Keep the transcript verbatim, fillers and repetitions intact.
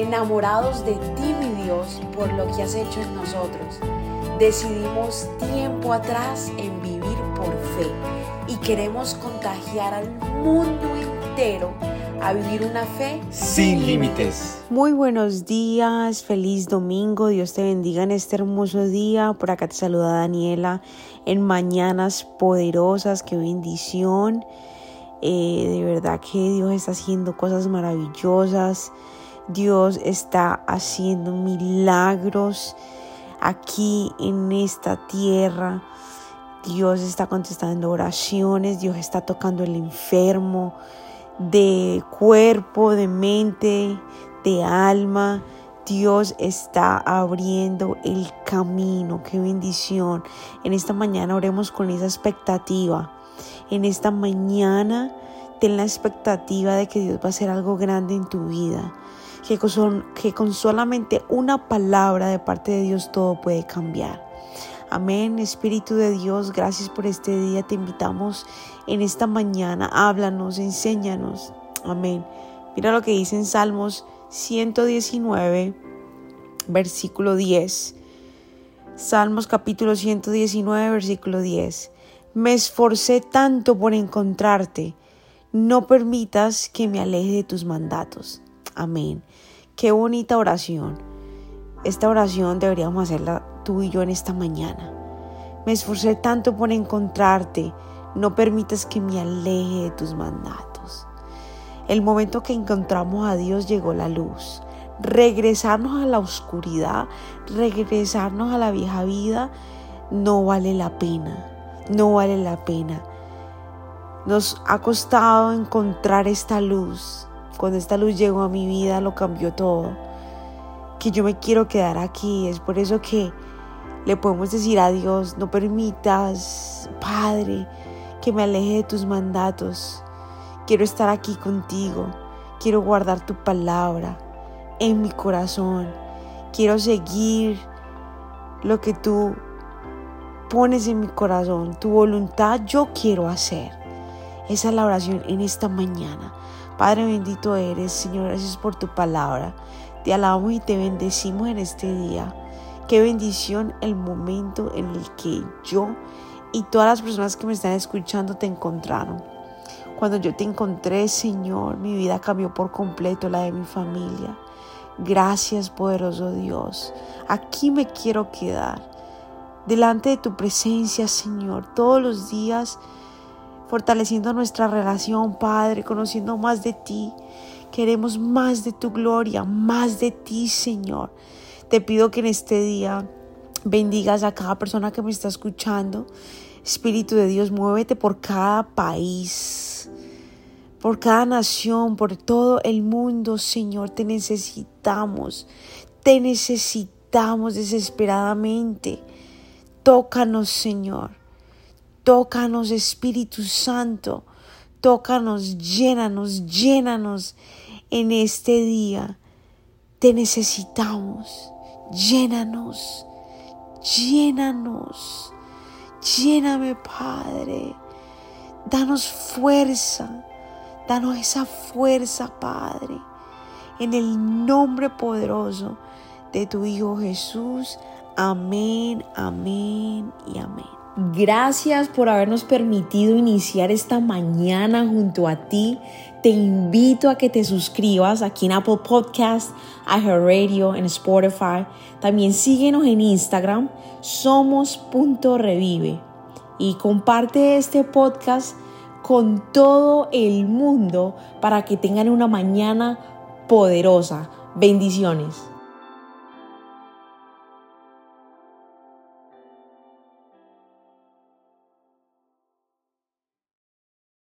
enamorados de ti, mi Dios, por lo que has hecho en nosotros. Decidimos tiempo atrás en vivir por fe y queremos contagiar al mundo entero a vivir una fe sin límites. Muy buenos días, feliz domingo, Dios te bendiga en este hermoso día. Por acá te saluda Daniela en Mañanas Poderosas. Qué bendición, eh, de verdad que Dios está haciendo cosas maravillosas. Dios está haciendo milagros aquí en esta tierra. Dios está contestando oraciones, Dios está tocando el enfermo de cuerpo, de mente, de alma. Dios está abriendo el camino. Qué bendición. En esta mañana oremos con esa expectativa. En esta mañana ten la expectativa de que Dios va a hacer algo grande en tu vida. Que con, que con solamente una palabra de parte de Dios todo puede cambiar. Amén. Espíritu de Dios, gracias por este día. Te invitamos en esta mañana. Háblanos, enséñanos. Amén. Mira lo que dice en Salmos ciento diecinueve, versículo diez. Salmos capítulo ciento diecinueve, versículo diez. Me esforcé tanto por encontrarte. No permitas que me aleje de tus mandatos. Amén. Qué bonita oración. Esta oración deberíamos hacerla tú y yo en esta mañana. Me esforcé tanto por encontrarte. No permitas que me aleje de tus mandatos. El momento que encontramos a Dios llegó la luz. Regresarnos a la oscuridad, regresarnos a la vieja vida, no vale la pena. No vale la pena. Nos ha costado encontrar esta luz. Cuando esta luz llegó a mi vida, lo cambió todo. Que yo me quiero quedar aquí. Es por eso que le podemos decir a Dios: no permitas, Padre, que me aleje de tus mandatos. Quiero estar aquí contigo. Quiero guardar tu palabra en mi corazón. Quiero seguir lo que tú pones en mi corazón. Tu voluntad yo quiero hacer. Esa es la oración en esta mañana. Padre bendito eres, Señor, gracias por tu palabra. Te alabamos y te bendecimos en este día. Qué bendición el momento en el que yo y todas las personas que me están escuchando te encontraron. Cuando yo te encontré, Señor, mi vida cambió por completo, la de mi familia. Gracias, poderoso Dios. Aquí me quiero quedar, delante de tu presencia, Señor, todos los días, fortaleciendo nuestra relación, Padre, conociendo más de ti. Queremos más de tu gloria, más de ti, Señor. Te pido que en este día bendigas a cada persona que me está escuchando. Espíritu de Dios, muévete por cada país, por cada nación, por todo el mundo, Señor. Te necesitamos, te necesitamos desesperadamente. Tócanos, Señor. Tócanos, Espíritu Santo. Tócanos, llénanos, llénanos en este día. Te necesitamos. Llénanos, llénanos. Lléname, Padre. Danos fuerza. Danos esa fuerza, Padre. En el nombre poderoso de tu Hijo Jesús. Amén, amén y amén. Gracias por habernos permitido iniciar esta mañana junto a ti. Te invito a que te suscribas aquí en Apple Podcast, iHeartRadio, en Spotify. También síguenos en Instagram, somos punto revive. Y comparte este podcast con todo el mundo para que tengan una mañana poderosa. Bendiciones.